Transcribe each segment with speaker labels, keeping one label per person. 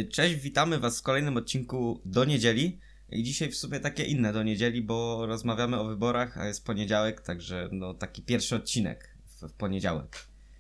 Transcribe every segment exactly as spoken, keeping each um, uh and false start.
Speaker 1: Cześć, witamy Was w kolejnym odcinku do niedzieli. I dzisiaj w sumie takie inne do niedzieli, bo rozmawiamy o wyborach, a jest poniedziałek, także no taki pierwszy odcinek w, w poniedziałek.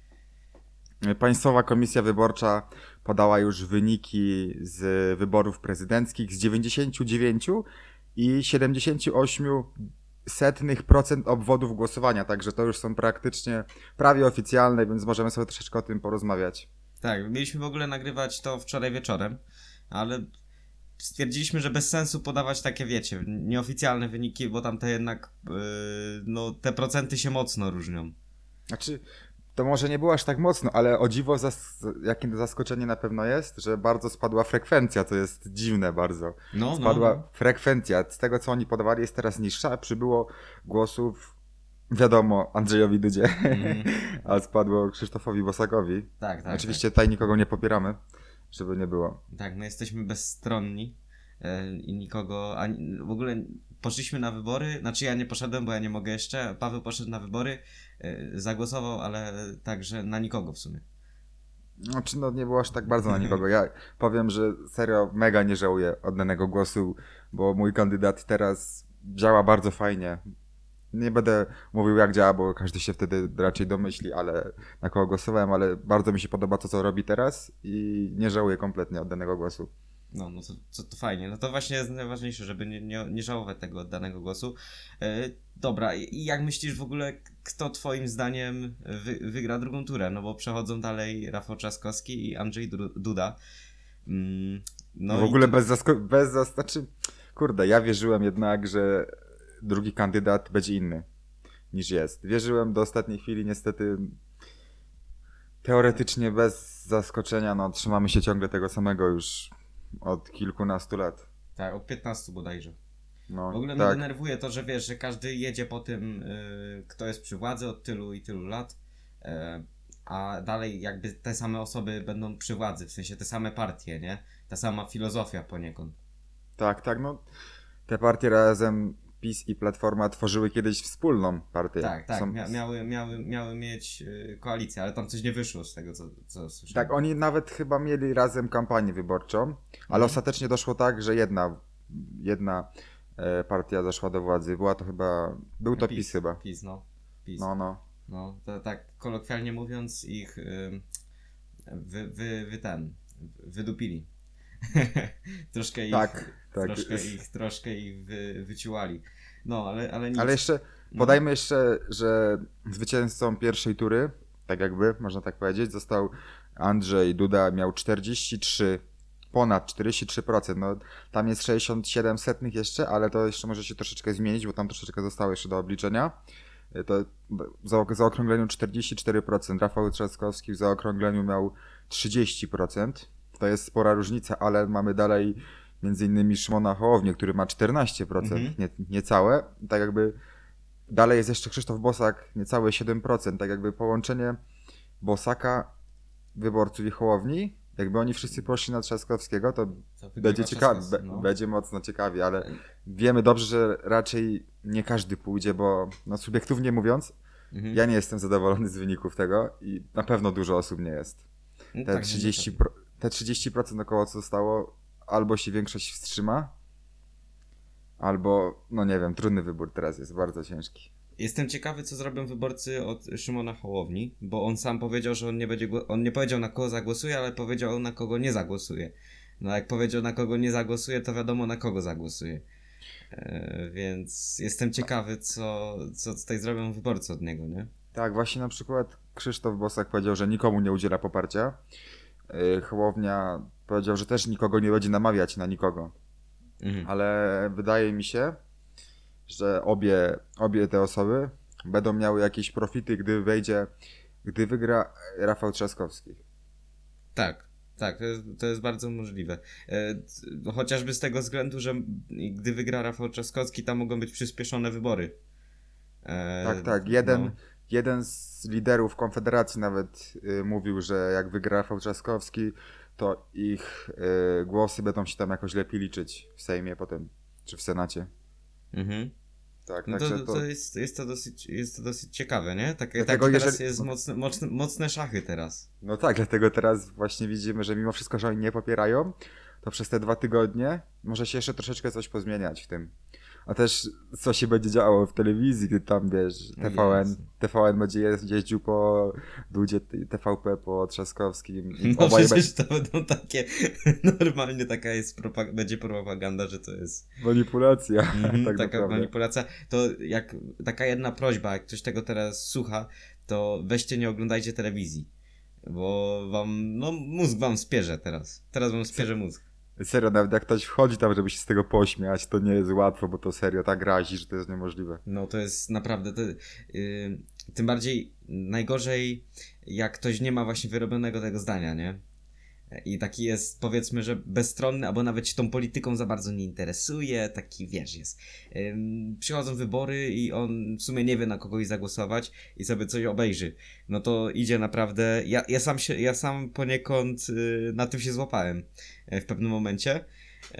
Speaker 2: Państwowa Komisja Wyborcza podała już wyniki z wyborów prezydenckich z dziewięćdziesiąt dziewięć i siedemdziesiąt osiem setnych procent obwodów głosowania, także to już są praktycznie prawie oficjalne, więc możemy sobie troszeczkę o tym porozmawiać.
Speaker 1: Tak, mieliśmy w ogóle nagrywać to wczoraj wieczorem, ale stwierdziliśmy, że bez sensu podawać takie, wiecie, nieoficjalne wyniki, bo tam te jednak, yy, no te procenty się mocno różnią.
Speaker 2: Znaczy, to może nie było aż tak mocno, ale o dziwo, zas- jakie zaskoczenie na pewno jest, że bardzo spadła frekwencja, to jest dziwne bardzo.
Speaker 1: No,
Speaker 2: Spadła
Speaker 1: no, no.
Speaker 2: frekwencja, z tego co oni podawali jest teraz niższa, a przybyło głosów, wiadomo, Andrzejowi Dudzie,
Speaker 1: Mm.
Speaker 2: a spadło Krzysztofowi Bosakowi.
Speaker 1: Tak, tak.
Speaker 2: Oczywiście tutaj nikogo nie popieramy, żeby nie było.
Speaker 1: Tak, my jesteśmy bezstronni e, i nikogo, ani, w ogóle poszliśmy na wybory, znaczy ja nie poszedłem, bo ja nie mogę jeszcze, Paweł poszedł na wybory, e, zagłosował, ale także na nikogo w sumie.
Speaker 2: Znaczy, no nie było aż tak bardzo na nikogo. Ja powiem, że serio mega nie żałuję oddanego głosu, bo mój kandydat teraz działa bardzo fajnie. Nie będę mówił jak działa, bo każdy się wtedy raczej domyśli, ale na kogo głosowałem, ale bardzo mi się podoba to, co robi teraz i nie żałuję kompletnie oddanego głosu.
Speaker 1: No, no to, to, to fajnie. No to właśnie jest najważniejsze, żeby nie, nie, nie żałować tego oddanego głosu. E, dobra, i jak myślisz w ogóle, kto twoim zdaniem wy, wygra drugą turę? No bo przechodzą dalej Rafał Trzaskowski i Andrzej Duda. Mm, no
Speaker 2: w ogóle
Speaker 1: tu...
Speaker 2: bez zasko- bez zas- znaczy, kurde, ja wierzyłem jednak, że drugi kandydat będzie inny niż jest. Wierzyłem do ostatniej chwili, niestety teoretycznie bez zaskoczenia, no trzymamy się ciągle tego samego już od kilkunastu lat.
Speaker 1: Tak, od piętnastu bodajże.
Speaker 2: No,
Speaker 1: W ogóle
Speaker 2: tak.
Speaker 1: mnie denerwuje to, że wiesz, że każdy jedzie po tym, yy, kto jest przy władzy od tylu i tylu lat, yy, a dalej jakby te same osoby będą przy władzy, w sensie te same partie, nie? Ta sama filozofia poniekąd.
Speaker 2: Tak, tak, no te partie razem, PiS i Platforma tworzyły kiedyś wspólną partię.
Speaker 1: Tak, tak,
Speaker 2: Są...
Speaker 1: mia- miały, miały, miały mieć yy, koalicję, ale tam coś nie wyszło z tego, co, co słyszałem.
Speaker 2: Tak, oni nawet chyba mieli razem kampanię wyborczą, ale
Speaker 1: Mhm.
Speaker 2: ostatecznie doszło tak, że jedna, jedna e, partia doszła do władzy. Była to chyba, był to PiS, PiS chyba.
Speaker 1: PiS, no. PiS.
Speaker 2: No, no.
Speaker 1: No, to tak kolokwialnie mówiąc ich yy, wy, wy, wy ten, wydupili. troszkę ich,
Speaker 2: Tak, tak.
Speaker 1: troszkę ich, troszkę ich wy, wyciłali. No, ale, ale nic.
Speaker 2: Ale jeszcze, podajmy jeszcze, że zwycięzcą pierwszej tury, tak jakby, można tak powiedzieć, został Andrzej Duda, miał czterdzieści trzy, ponad czterdzieści trzy procent, no tam jest sześćdziesiąt siedem setnych jeszcze, ale to jeszcze może się troszeczkę zmienić, bo tam troszeczkę zostało jeszcze do obliczenia. To w zaokrągleniu czterdzieści cztery procent, Rafał Trzaskowski w zaokrągleniu miał trzydzieści procent, to jest spora różnica, ale mamy dalej między innymi Szymona Hołownię, który ma czternaście procent,
Speaker 1: Mhm.
Speaker 2: nie, niecałe, tak jakby dalej jest jeszcze Krzysztof Bosak, niecałe siedem procent, tak jakby połączenie Bosaka, wyborców i Hołowni, jakby oni wszyscy poszli na Trzaskowskiego, to
Speaker 1: Co wygrywa
Speaker 2: będzie ciekawie,
Speaker 1: Trzaskowski, no.
Speaker 2: będzie mocno ciekawie, ale wiemy dobrze, że raczej nie każdy pójdzie, bo no subiektywnie mówiąc,
Speaker 1: Mhm.
Speaker 2: ja nie jestem zadowolony z wyników tego i na pewno dużo osób nie jest.
Speaker 1: No
Speaker 2: Te
Speaker 1: tak,
Speaker 2: trzydzieści
Speaker 1: nie,
Speaker 2: pro, te trzydzieści procent około co zostało, albo się większość wstrzyma, albo, no nie wiem, trudny wybór teraz jest, bardzo ciężki.
Speaker 1: Jestem ciekawy, co zrobią wyborcy od Szymona Hołowni, bo on sam powiedział, że on nie będzie, gło- on nie powiedział, na kogo zagłosuje, ale powiedział, na kogo nie zagłosuje. No jak powiedział, na kogo nie zagłosuje, to wiadomo, na kogo zagłosuje. E, więc jestem ciekawy, co, co tutaj zrobią wyborcy od niego, nie?
Speaker 2: Tak, właśnie na przykład Krzysztof Bosak powiedział, że nikomu nie udziela poparcia. Yy, Hołownia powiedział, że też nikogo nie będzie namawiać na nikogo.
Speaker 1: Mhm.
Speaker 2: Ale wydaje mi się, że obie, obie te osoby będą miały jakieś profity, gdy wejdzie, gdy wygra Rafał Trzaskowski.
Speaker 1: Tak, tak, to jest, to jest bardzo możliwe. E, c- chociażby z tego względu, że gdy wygra Rafał Trzaskowski, tam mogą być przyspieszone wybory. E,
Speaker 2: Tak, tak. Jeden,
Speaker 1: no.
Speaker 2: jeden z liderów Konfederacji nawet y, mówił, że jak wygra Rafał Trzaskowski, to ich y, głosy będą się tam jakoś lepiej liczyć w Sejmie potem, czy w Senacie.
Speaker 1: Mhm.
Speaker 2: tak.
Speaker 1: No to,
Speaker 2: Także
Speaker 1: to, jest, jest, to dosyć, jest to dosyć ciekawe, nie? Tak, tak
Speaker 2: Dlatego
Speaker 1: teraz
Speaker 2: jeżeli-
Speaker 1: jest mocne, mocne, mocne szachy teraz.
Speaker 2: No tak, dlatego teraz właśnie widzimy, że mimo wszystko, że oni nie popierają, to przez te dwa tygodnie może się jeszcze troszeczkę coś pozmieniać w tym. A też co się będzie działo w telewizji, gdy tam, wiesz,
Speaker 1: O
Speaker 2: T V N,
Speaker 1: Jezu.
Speaker 2: T V N będzie je- jeździł po Dudzie, T V P po Trzaskowskim. I
Speaker 1: No
Speaker 2: obaj
Speaker 1: przecież to będą takie, normalnie taka jest, propag- będzie propaganda, że to jest
Speaker 2: be- manipulacja,
Speaker 1: mhm,
Speaker 2: tak
Speaker 1: taka
Speaker 2: naprawdę.
Speaker 1: manipulacja. To jak, taka jedna prośba, jak ktoś tego teraz słucha, to weźcie nie oglądajcie telewizji, bo wam, no mózg wam spierze teraz. Teraz wam spierze mózg.
Speaker 2: Serio, nawet jak ktoś wchodzi tam, żeby się z tego pośmiać, to nie jest łatwo, bo to serio tak razi, że to jest niemożliwe.
Speaker 1: No to jest naprawdę, to, yy, tym bardziej najgorzej, jak ktoś nie ma właśnie wyrobionego tego zdania, nie? I taki jest, powiedzmy, że bezstronny, albo nawet się tą polityką za bardzo nie interesuje, taki, wiesz, jest. Ym, przychodzą wybory i on w sumie nie wie, na kogoś zagłosować i sobie coś obejrzy. No to idzie naprawdę, ja, ja sam się, ja sam poniekąd y, na tym się złapałem y, w pewnym momencie, y,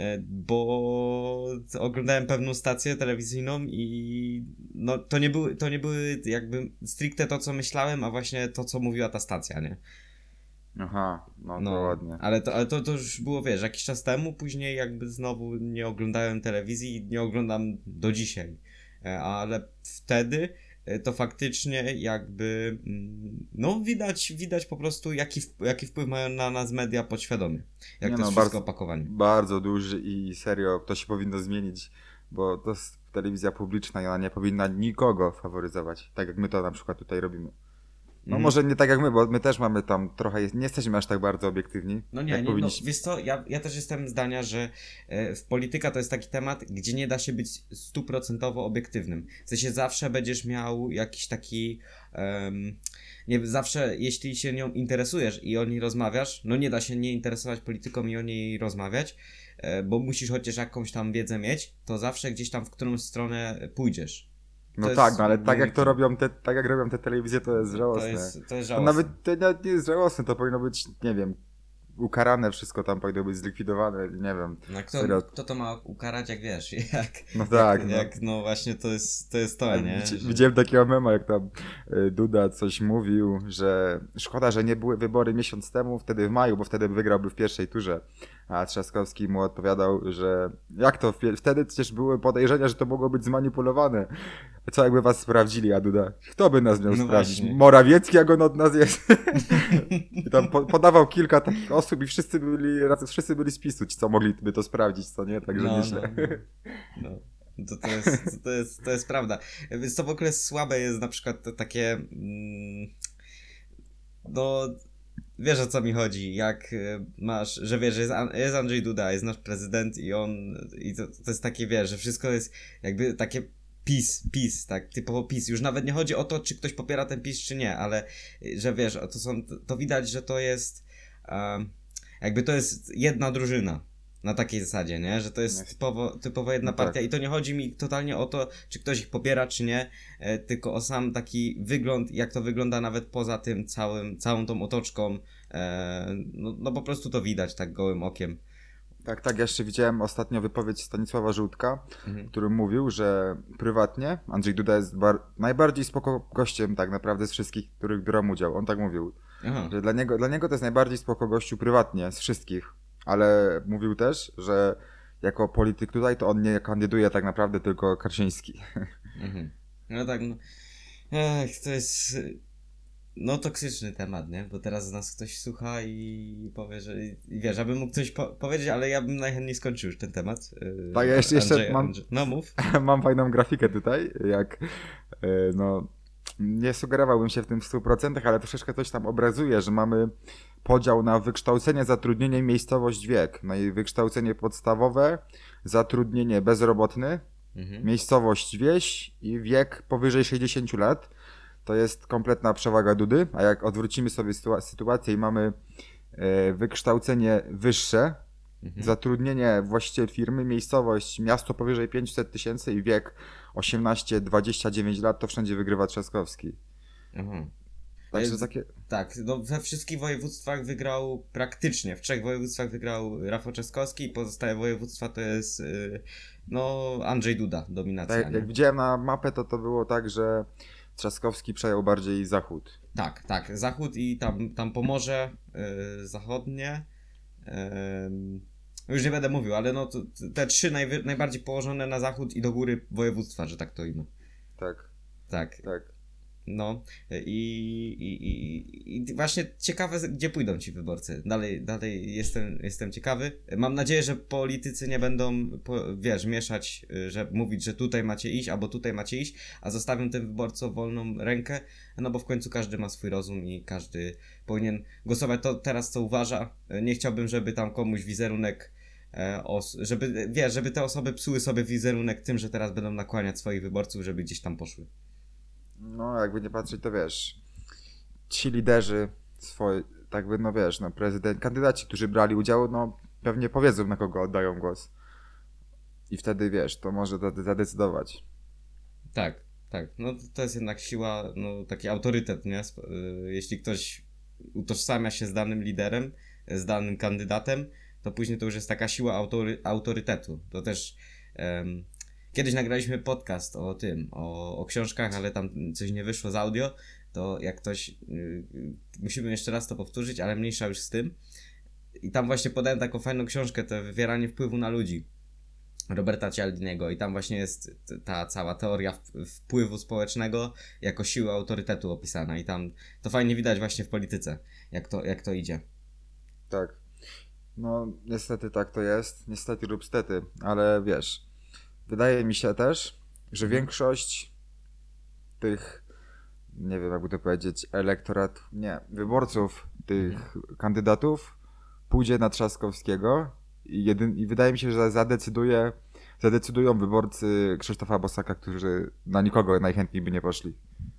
Speaker 1: bo oglądałem pewną stację telewizyjną i no to nie były, to nie były jakby stricte to, co myślałem, a właśnie to, co mówiła ta stacja, nie?
Speaker 2: Aha, no to
Speaker 1: No,
Speaker 2: ładnie.
Speaker 1: ale, to, ale to, to już było, wiesz, jakiś czas temu, później jakby znowu nie oglądałem telewizji i nie oglądam do dzisiaj. E, Ale wtedy e, to faktycznie jakby, mm, no widać, widać po prostu jaki, w- jaki wpływ mają na nas media podświadomie. Jak
Speaker 2: Nie
Speaker 1: to
Speaker 2: no,
Speaker 1: jest
Speaker 2: bardzo-
Speaker 1: wszystko opakowanie.
Speaker 2: Bardzo duży i serio, to się powinno zmienić, bo to jest telewizja publiczna i ona nie powinna nikogo faworyzować, tak jak my to na przykład tutaj robimy. No
Speaker 1: Mhm.
Speaker 2: może nie tak jak my, bo my też mamy tam trochę, jest, nie jesteśmy aż tak bardzo obiektywni,
Speaker 1: No nie,
Speaker 2: jak
Speaker 1: nie no,
Speaker 2: powinniśmy.
Speaker 1: wiesz co, ja, ja też jestem zdania, że e, w polityka to jest taki temat, gdzie nie da się być stuprocentowo obiektywnym. W sensie zawsze będziesz miał jakiś taki, em, nie wiem, zawsze jeśli się nią interesujesz i o niej rozmawiasz, no nie da się nie interesować polityką i o niej rozmawiać, e, bo musisz chociaż jakąś tam wiedzę mieć, to zawsze gdzieś tam w którąś stronę pójdziesz.
Speaker 2: No
Speaker 1: to
Speaker 2: tak,
Speaker 1: jest
Speaker 2: no ale tak
Speaker 1: moim-
Speaker 2: jak to robią te, tak jak robią te telewizje, to jest
Speaker 1: To
Speaker 2: żałosne.
Speaker 1: jest, to jest
Speaker 2: To
Speaker 1: żałosne.
Speaker 2: nawet to nawet nie jest żałosne, to powinno być, nie wiem, ukarane wszystko tam powinno być zlikwidowane, nie wiem.
Speaker 1: No kto,
Speaker 2: Serio.
Speaker 1: kto to ma ukarać, jak wiesz, jak,
Speaker 2: No tak,
Speaker 1: jak,
Speaker 2: no.
Speaker 1: jak no właśnie to jest, to jest to,
Speaker 2: Tak,
Speaker 1: nie?
Speaker 2: widzi-
Speaker 1: Że-
Speaker 2: Widziałem takiego mema, jak tam y, Duda coś mówił, że szkoda, że nie były wybory miesiąc temu, wtedy w maju, bo wtedy wygrałby w pierwszej turze. A Trzaskowski mu odpowiadał, że jak to, w pie- wtedy przecież były podejrzenia, że to mogło być zmanipulowane. Co jakby was sprawdzili, a Duda, kto by nas miał
Speaker 1: No
Speaker 2: sprawdzić?
Speaker 1: właśnie.
Speaker 2: Morawiecki, jak on od nas jest. I tam po, podawał kilka takich osób i wszyscy byli, razem wszyscy byli z PiSu, ci co mogliby to sprawdzić, co nie? Także
Speaker 1: no,
Speaker 2: nieźle.
Speaker 1: no, no. no. To, to, jest, to, jest, to jest prawda. Więc to w ogóle słabe jest na przykład to takie. Mm, no. Wiesz, o co mi chodzi, jak y, masz, że wiesz, że jest, An- jest Andrzej Duda, jest nasz prezydent i on, i to, to jest takie, wiesz, że wszystko jest jakby takie PiS, PiS, tak, typowo PiS. Już nawet nie chodzi o to, czy ktoś popiera ten PiS, czy nie, ale y, że wiesz, to są, to widać, że to jest, um, jakby to jest jedna drużyna. Na takiej zasadzie, nie? Że to jest
Speaker 2: Nie.
Speaker 1: typowo, typowo jedna
Speaker 2: No tak.
Speaker 1: partia i to nie chodzi mi totalnie o to, czy ktoś ich popiera, czy nie, e, tylko o sam taki wygląd, jak to wygląda nawet poza tym całym, całą tą otoczką, e, no, no po prostu to widać tak gołym okiem.
Speaker 2: Tak, tak, ja jeszcze widziałem ostatnio wypowiedź Stanisława Żółtka,
Speaker 1: Mhm.
Speaker 2: który mówił, że prywatnie Andrzej Duda jest bar- najbardziej spoko gościem tak naprawdę z wszystkich, których biorą udział. On tak mówił,
Speaker 1: Aha.
Speaker 2: że dla niego, dla niego to jest najbardziej spoko gościu prywatnie z wszystkich, ale mówił też, że jako polityk tutaj to on nie kandyduje tak naprawdę, tylko Kaczyński.
Speaker 1: Mhm. No tak, no. Ech, to jest no toksyczny temat, nie? Bo teraz nas ktoś słucha i powie, że i wiesz, abym mógł coś po- powiedzieć, ale ja bym najchętniej skończył już ten temat. Yy,
Speaker 2: Tak, ja jeszcze- jeszcze
Speaker 1: Andrzej,
Speaker 2: mam-
Speaker 1: Andrzej. No mów.
Speaker 2: Mam fajną grafikę tutaj, jak e, no nie sugerowałbym się w tym w stu procentach, ale troszeczkę coś tam obrazuje, że mamy podział na wykształcenie, zatrudnienie i miejscowość, wiek. No i wykształcenie podstawowe, zatrudnienie bezrobotny,
Speaker 1: Mhm.
Speaker 2: miejscowość wieś i wiek powyżej sześćdziesięciu lat. To jest kompletna przewaga Dudy, a jak odwrócimy sobie sytua- sytuację i mamy e, wykształcenie wyższe,
Speaker 1: Mhm.
Speaker 2: zatrudnienie właściciel firmy, miejscowość, miasto powyżej pięćset tysięcy i wiek osiemnaście dwadzieścia dziewięć lat, to wszędzie wygrywa Trzaskowski.
Speaker 1: Aha.
Speaker 2: Także takie...
Speaker 1: Tak, no we wszystkich województwach wygrał praktycznie, w trzech województwach wygrał Rafał Trzaskowski, pozostałe województwa to jest yy, no Andrzej Duda, dominacja.
Speaker 2: Tak, jak widziałem na mapę, to to było tak, że Trzaskowski przejął bardziej zachód.
Speaker 1: Tak, tak, zachód i tam, tam Pomorze yy, zachodnie. Yy, już nie będę mówił, ale no to, te trzy najwy, najbardziej położone na zachód i do góry województwa, że tak to imię.
Speaker 2: Tak.
Speaker 1: Tak.
Speaker 2: Tak.
Speaker 1: No i, i, i, i właśnie ciekawe, gdzie pójdą ci wyborcy. Dalej, dalej jestem, jestem ciekawy. Mam nadzieję, że politycy nie będą, po, wiesz, mieszać, że mówić, że tutaj macie iść, albo tutaj macie iść, a zostawią tym wyborcom wolną rękę, no bo w końcu każdy ma swój rozum i każdy powinien głosować to teraz, co uważa. Nie chciałbym, żeby tam komuś wizerunek e, os- żeby, wiesz, żeby te osoby psuły sobie wizerunek tym, że teraz będą nakłaniać swoich wyborców, żeby gdzieś tam poszły.
Speaker 2: No, jakby nie patrzeć, to wiesz, ci liderzy swoi, tak by, no wiesz, no prezydent, kandydaci, którzy brali udział, no pewnie powiedzą, na kogo oddają głos. I wtedy, wiesz, to może zadecydować.
Speaker 1: Tak, tak. No to jest jednak siła, no taki autorytet, nie? Jeśli ktoś utożsamia się z danym liderem, z danym kandydatem, to później to już jest taka siła autory, autorytetu. To też... Um, Kiedyś nagraliśmy podcast o tym, o, o książkach, ale tam coś nie wyszło z audio, to jak ktoś, yy, musimy jeszcze raz to powtórzyć, ale mniejsza już z tym. I tam właśnie podałem taką fajną książkę, to wywieranie wpływu na ludzi, Roberta Cialdiniego, i tam właśnie jest ta cała teoria wpływu społecznego jako siły autorytetu opisana i tam to fajnie widać właśnie w polityce, jak to, jak to idzie.
Speaker 2: Tak. No niestety tak to jest, niestety lub stety, ale wiesz... Wydaje mi się też, że większość tych, nie wiem jakby to powiedzieć, elektorat, nie, wyborców tych mhm. kandydatów pójdzie na Trzaskowskiego i, jedyn, i wydaje mi się, że zadecyduje, zadecydują wyborcy Krzysztofa Bosaka, którzy na nikogo najchętniej by nie poszli.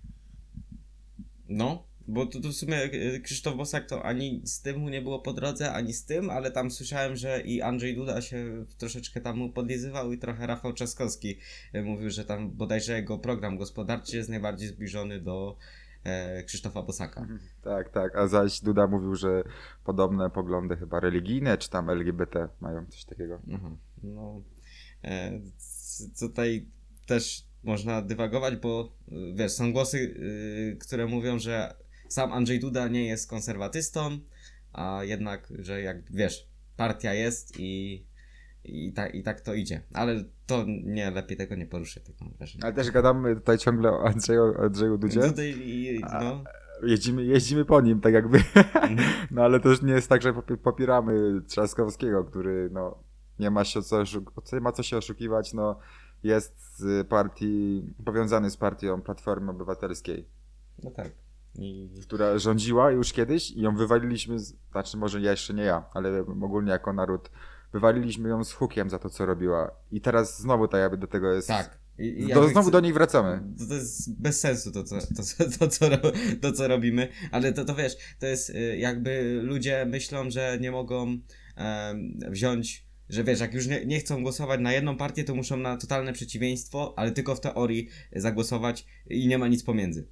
Speaker 1: No, bo to, to w sumie Krzysztof Bosak to ani z tym mu nie było po drodze, ani z tym, ale tam słyszałem, że i Andrzej Duda się troszeczkę tam mu podlizywał i trochę Rafał Trzaskowski mówił, że tam bodajże jego program gospodarczy jest najbardziej zbliżony do e, Krzysztofa Bosaka.
Speaker 2: Tak, tak, a zaś Duda mówił, że podobne poglądy chyba religijne, czy tam L G B T mają coś takiego.
Speaker 1: Aha, no, e, tutaj też można dywagować, bo wiesz, są głosy, yy, które mówią, że sam Andrzej Duda nie jest konserwatystą, a jednak, że jak wiesz, partia jest i, i, ta, i tak to idzie. Ale to nie, lepiej tego nie poruszę. Tego
Speaker 2: Ale też gadamy tutaj ciągle o Andrzeju, Andrzeju Dudzie.
Speaker 1: Tutaj, i, no.
Speaker 2: Jeździmy, jeździmy po nim, tak jakby. No ale to już nie jest tak, że popieramy Trzaskowskiego, który no nie ma się co, nie ma co się oszukiwać, no jest z partii, powiązany z partią Platformy Obywatelskiej.
Speaker 1: No tak. I...
Speaker 2: Która rządziła już kiedyś i ją wywaliliśmy, z, znaczy może ja jeszcze nie ja, ale ogólnie jako naród, wywaliliśmy ją z hukiem za to, co robiła. I teraz znowu tak jakby do tego jest...
Speaker 1: Tak. I, i
Speaker 2: do, znowu
Speaker 1: chcę...
Speaker 2: do niej wracamy.
Speaker 1: To, to jest bez sensu to co, to, to, to, co, to, co robimy, ale to, to wiesz, to jest jakby ludzie myślą, że nie mogą um, wziąć, że wiesz, jak już nie, nie chcą głosować na jedną partię, to muszą na totalne przeciwieństwo, ale tylko w teorii zagłosować i nie ma nic pomiędzy.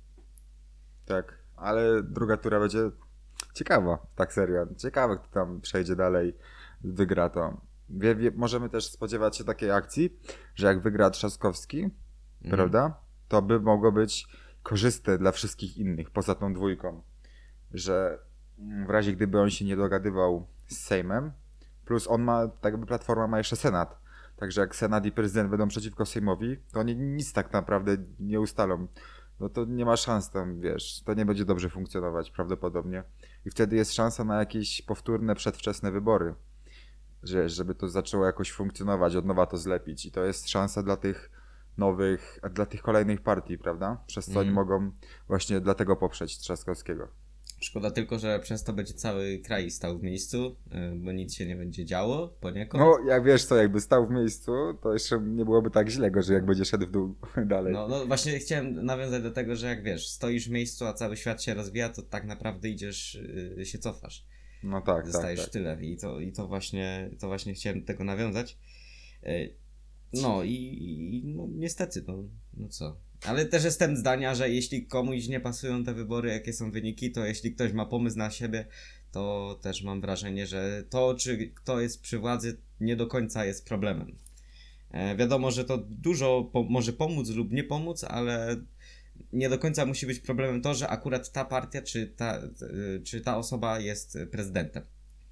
Speaker 2: Tak, ale druga tura będzie ciekawa, tak serio. Ciekawe, kto tam przejdzie dalej, wygra to. Wie, wie, możemy też spodziewać się takiej akcji, że jak wygra Trzaskowski, mm. prawda, to by mogło być korzystne dla wszystkich innych, poza tą dwójką. Że w razie gdyby on się nie dogadywał z Sejmem, plus on ma, tak jakby Platforma ma jeszcze Senat, także jak Senat i prezydent będą przeciwko Sejmowi, to oni nic tak naprawdę nie ustalą. No to nie ma szans tam, wiesz, to nie będzie dobrze funkcjonować prawdopodobnie. I wtedy jest szansa na jakieś powtórne, przedwczesne wybory. Że, żeby to zaczęło jakoś funkcjonować, od nowa to zlepić. I to jest szansa dla tych nowych, dla tych kolejnych partii, prawda? Przez co mm. oni mogą właśnie dlatego poprzeć Trzaskowskiego.
Speaker 1: Szkoda tylko, że przez to będzie cały kraj stał w miejscu, bo nic się nie będzie działo poniekąd.
Speaker 2: No, jak wiesz co, jakby stał w miejscu, to jeszcze nie byłoby tak źle go, że jak będzie szedł w dół dalej.
Speaker 1: No, no właśnie chciałem nawiązać do tego, że jak wiesz, stoisz w miejscu, a cały świat się rozwija, to tak naprawdę idziesz, yy, się cofasz.
Speaker 2: No tak,
Speaker 1: Zostajesz
Speaker 2: tak, tak.
Speaker 1: w tyle i to, i to właśnie, to właśnie chciałem do tego nawiązać. Yy, no i, i no, niestety, no, no co. Ale też jestem zdania, że jeśli komuś nie pasują te wybory, jakie są wyniki, to jeśli ktoś ma pomysł na siebie, to też mam wrażenie, że to, czy kto jest przy władzy, nie do końca jest problemem. E, wiadomo, że to dużo po- może pomóc lub nie pomóc, ale nie do końca musi być problemem to, że akurat ta partia, czy ta, y, czy ta osoba jest prezydentem.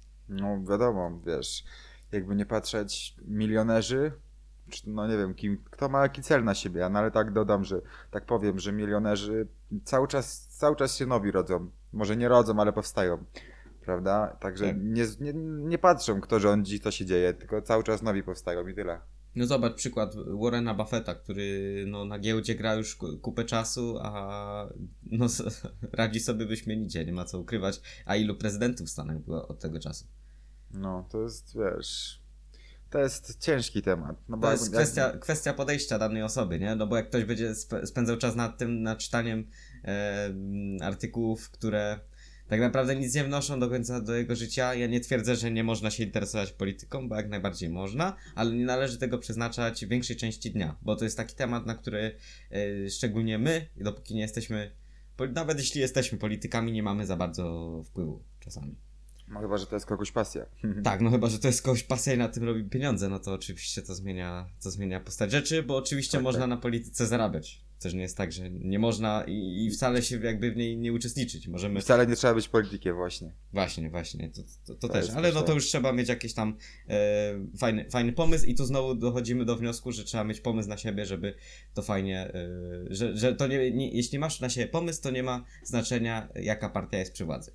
Speaker 2: No wiadomo, wiesz, jakby nie patrzeć, milionerzy, czy, no nie wiem, kim, kto ma jaki cel na siebie, no ale tak dodam, że tak powiem, że milionerzy cały czas, cały czas się nowi rodzą. Może nie rodzą, ale powstają, prawda? Także
Speaker 1: Tak.
Speaker 2: nie, nie, nie patrzą, kto rządzi, co się dzieje, tylko cały czas nowi powstają i tyle.
Speaker 1: No zobacz przykład Warrena Buffetta, który no, na giełdzie gra już ku- kupę czasu, a no, s- radzi sobie wyśmienicie, nie ma co ukrywać. A ilu prezydentów w Stanach było od tego czasu?
Speaker 2: No, to jest, wiesz, to jest ciężki temat. No, bo
Speaker 1: To
Speaker 2: jak-
Speaker 1: jest
Speaker 2: jak-
Speaker 1: kwestia, kwestia podejścia danej osoby, nie? No bo jak ktoś będzie sp- spędzał czas nad tym, nad czytaniem e, m, artykułów, które tak naprawdę nic nie wnoszą do końca do jego życia, ja nie twierdzę, że nie można się interesować polityką, bo jak najbardziej można, ale nie należy tego przeznaczać większej części dnia, bo to jest taki temat, na który e, szczególnie my, dopóki nie jesteśmy, po- nawet jeśli jesteśmy politykami, nie mamy za bardzo wpływu czasami.
Speaker 2: no chyba, że to jest kogoś pasja.
Speaker 1: Tak, no chyba, że to jest kogoś pasja i na tym robi pieniądze, no to oczywiście to zmienia, to zmienia postać rzeczy, bo oczywiście
Speaker 2: Tak,
Speaker 1: można
Speaker 2: tak.
Speaker 1: na polityce zarabiać. Też nie jest tak, że nie można i, i wcale się jakby w niej nie uczestniczyć. Możemy...
Speaker 2: Wcale nie trzeba być politykiem właśnie.
Speaker 1: Właśnie, właśnie, to, to, to,
Speaker 2: To
Speaker 1: też.
Speaker 2: jest
Speaker 1: Ale no
Speaker 2: też
Speaker 1: to
Speaker 2: tak.
Speaker 1: już trzeba mieć jakiś tam e, fajny, fajny pomysł i tu znowu dochodzimy do wniosku, że trzeba mieć pomysł na siebie, żeby to fajnie, e, że, że to nie, nie, jeśli masz na siebie pomysł, to nie ma znaczenia, jaka partia jest przy władzy.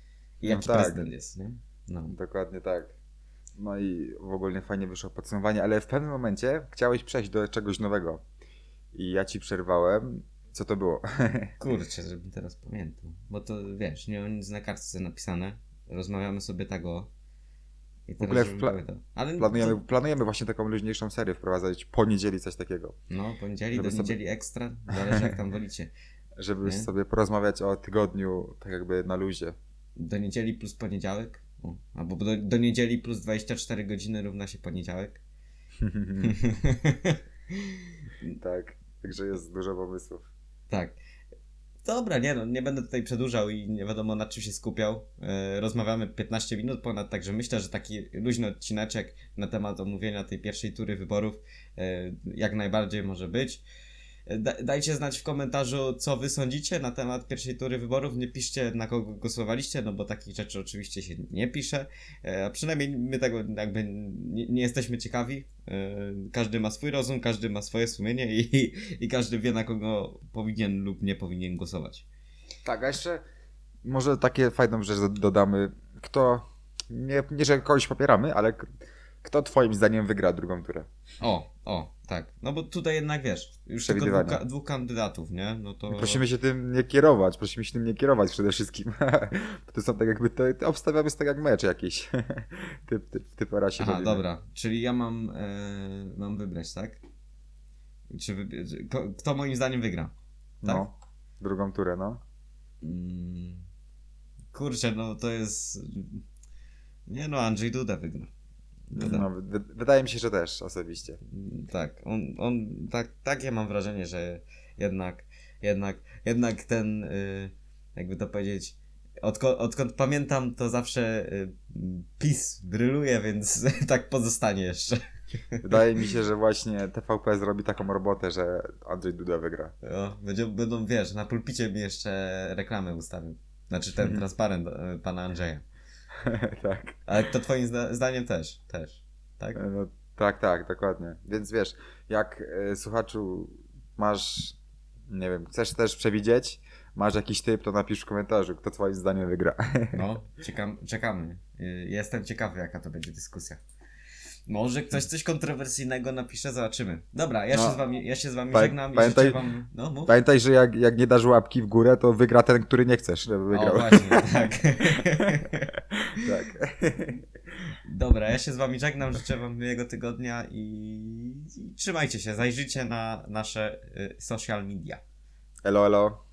Speaker 1: I
Speaker 2: No
Speaker 1: jaki
Speaker 2: tak.
Speaker 1: prezydent jest, nie? No.
Speaker 2: Dokładnie tak. No i w ogóle fajnie wyszło podsumowanie, ale w pewnym momencie chciałeś przejść do czegoś nowego. I ja ci przerwałem. Co to było?
Speaker 1: Kurczę, żebym teraz pamiętał. Bo to wiesz, nie mam nic na kartce napisane. Rozmawiamy sobie tak o. I teraz
Speaker 2: ogóle w
Speaker 1: żebym
Speaker 2: pla-
Speaker 1: pamiętał. Ale
Speaker 2: Planujemy,
Speaker 1: to,
Speaker 2: planujemy właśnie taką luźniejszą serię wprowadzać po niedzieli coś takiego.
Speaker 1: no, poniedzieli
Speaker 2: żeby
Speaker 1: do
Speaker 2: sobie-
Speaker 1: niedzieli ekstra. Zależy jak tam wolicie.
Speaker 2: Żeby
Speaker 1: Nie?
Speaker 2: sobie porozmawiać o tygodniu tak jakby na luzie.
Speaker 1: Do niedzieli plus poniedziałek. O, albo do, do niedzieli plus dwadzieścia cztery godziny równa się poniedziałek.
Speaker 2: Tak, także jest dużo pomysłów.
Speaker 1: Tak. Dobra, nie no, nie będę tutaj przedłużał i nie wiadomo nad czym się skupiał. E, rozmawiamy piętnaście minut ponad, także myślę, że taki luźny odcineczek na temat omówienia tej pierwszej tury wyborów e, jak najbardziej może być. E, da, dajcie znać w komentarzu, co wy sądzicie na temat pierwszej tury wyborów. Nie piszcie, na kogo głosowaliście, no bo takich rzeczy oczywiście się nie pisze. E, a przynajmniej my tego jakby nie, nie jesteśmy ciekawi. E, każdy ma swój rozum, każdy ma swoje sumienie i, i każdy wie, na kogo powinien lub nie powinien głosować.
Speaker 2: Tak, a jeszcze może takie fajną rzecz do- dodamy. Kto, nie, nie że kogoś popieramy, ale k- kto twoim zdaniem wygra drugą turę?
Speaker 1: O, o, tak. No bo tutaj jednak wiesz, już tylko dwóch,
Speaker 2: Przewidywania.
Speaker 1: ka- dwóch kandydatów, nie? No to...
Speaker 2: Prosimy się tym nie kierować, prosimy się tym nie kierować przede wszystkim. To są tak jakby, to, to obstawiamy jest tak jak mecz jakiś. typ, typ, typ raz się
Speaker 1: Aha,
Speaker 2: bawimy.
Speaker 1: dobra. Czyli ja mam, e, mam wybrać, tak? Czy wybie- ko- kto moim zdaniem wygra? Tak?
Speaker 2: No, drugą turę, no.
Speaker 1: Mm, kurczę, no to jest... Nie no, Andrzej Duda wygra. Duda.
Speaker 2: no wy, wydaje mi się, że też osobiście.
Speaker 1: Tak, on, on tak, tak ja mam wrażenie, że jednak, jednak, jednak ten, y, jakby to powiedzieć, odko- odkąd pamiętam, to zawsze y, PiS bryluje, więc tak pozostanie jeszcze.
Speaker 2: Wydaje mi się, że właśnie T V P zrobi taką robotę, że Andrzej Duda wygra.
Speaker 1: O, będzie, będą, wiesz, na pulpicie mi jeszcze reklamy ustawił. Znaczy ten transparent y, pana Andrzeja.
Speaker 2: Tak.
Speaker 1: Ale to twoim zda- zdaniem też, też, tak?
Speaker 2: No, tak, tak, dokładnie. Więc wiesz, jak e, słuchaczu masz, nie wiem, chcesz też przewidzieć, masz jakiś typ, to napisz w komentarzu, kto twoim zdaniem wygra.
Speaker 1: No, czekam, czekamy. Y, Jestem ciekawy, jaka to będzie dyskusja. Może ktoś coś kontrowersyjnego napisze, zobaczymy. Dobra, ja,
Speaker 2: No.
Speaker 1: się, z wami, ja się z wami
Speaker 2: Pa-
Speaker 1: żegnam i
Speaker 2: pamiętaj-
Speaker 1: życzę wam... No, mów.
Speaker 2: Pamiętaj, że jak, jak nie dasz łapki w górę, to wygra ten, który nie chcesz, żeby wygrał.
Speaker 1: O, właśnie, tak.
Speaker 2: Tak.
Speaker 1: Dobra, ja się z wami żegnam, życzę wam miłego tygodnia i, i trzymajcie się, zajrzyjcie na nasze y, social media.
Speaker 2: Elo, elo.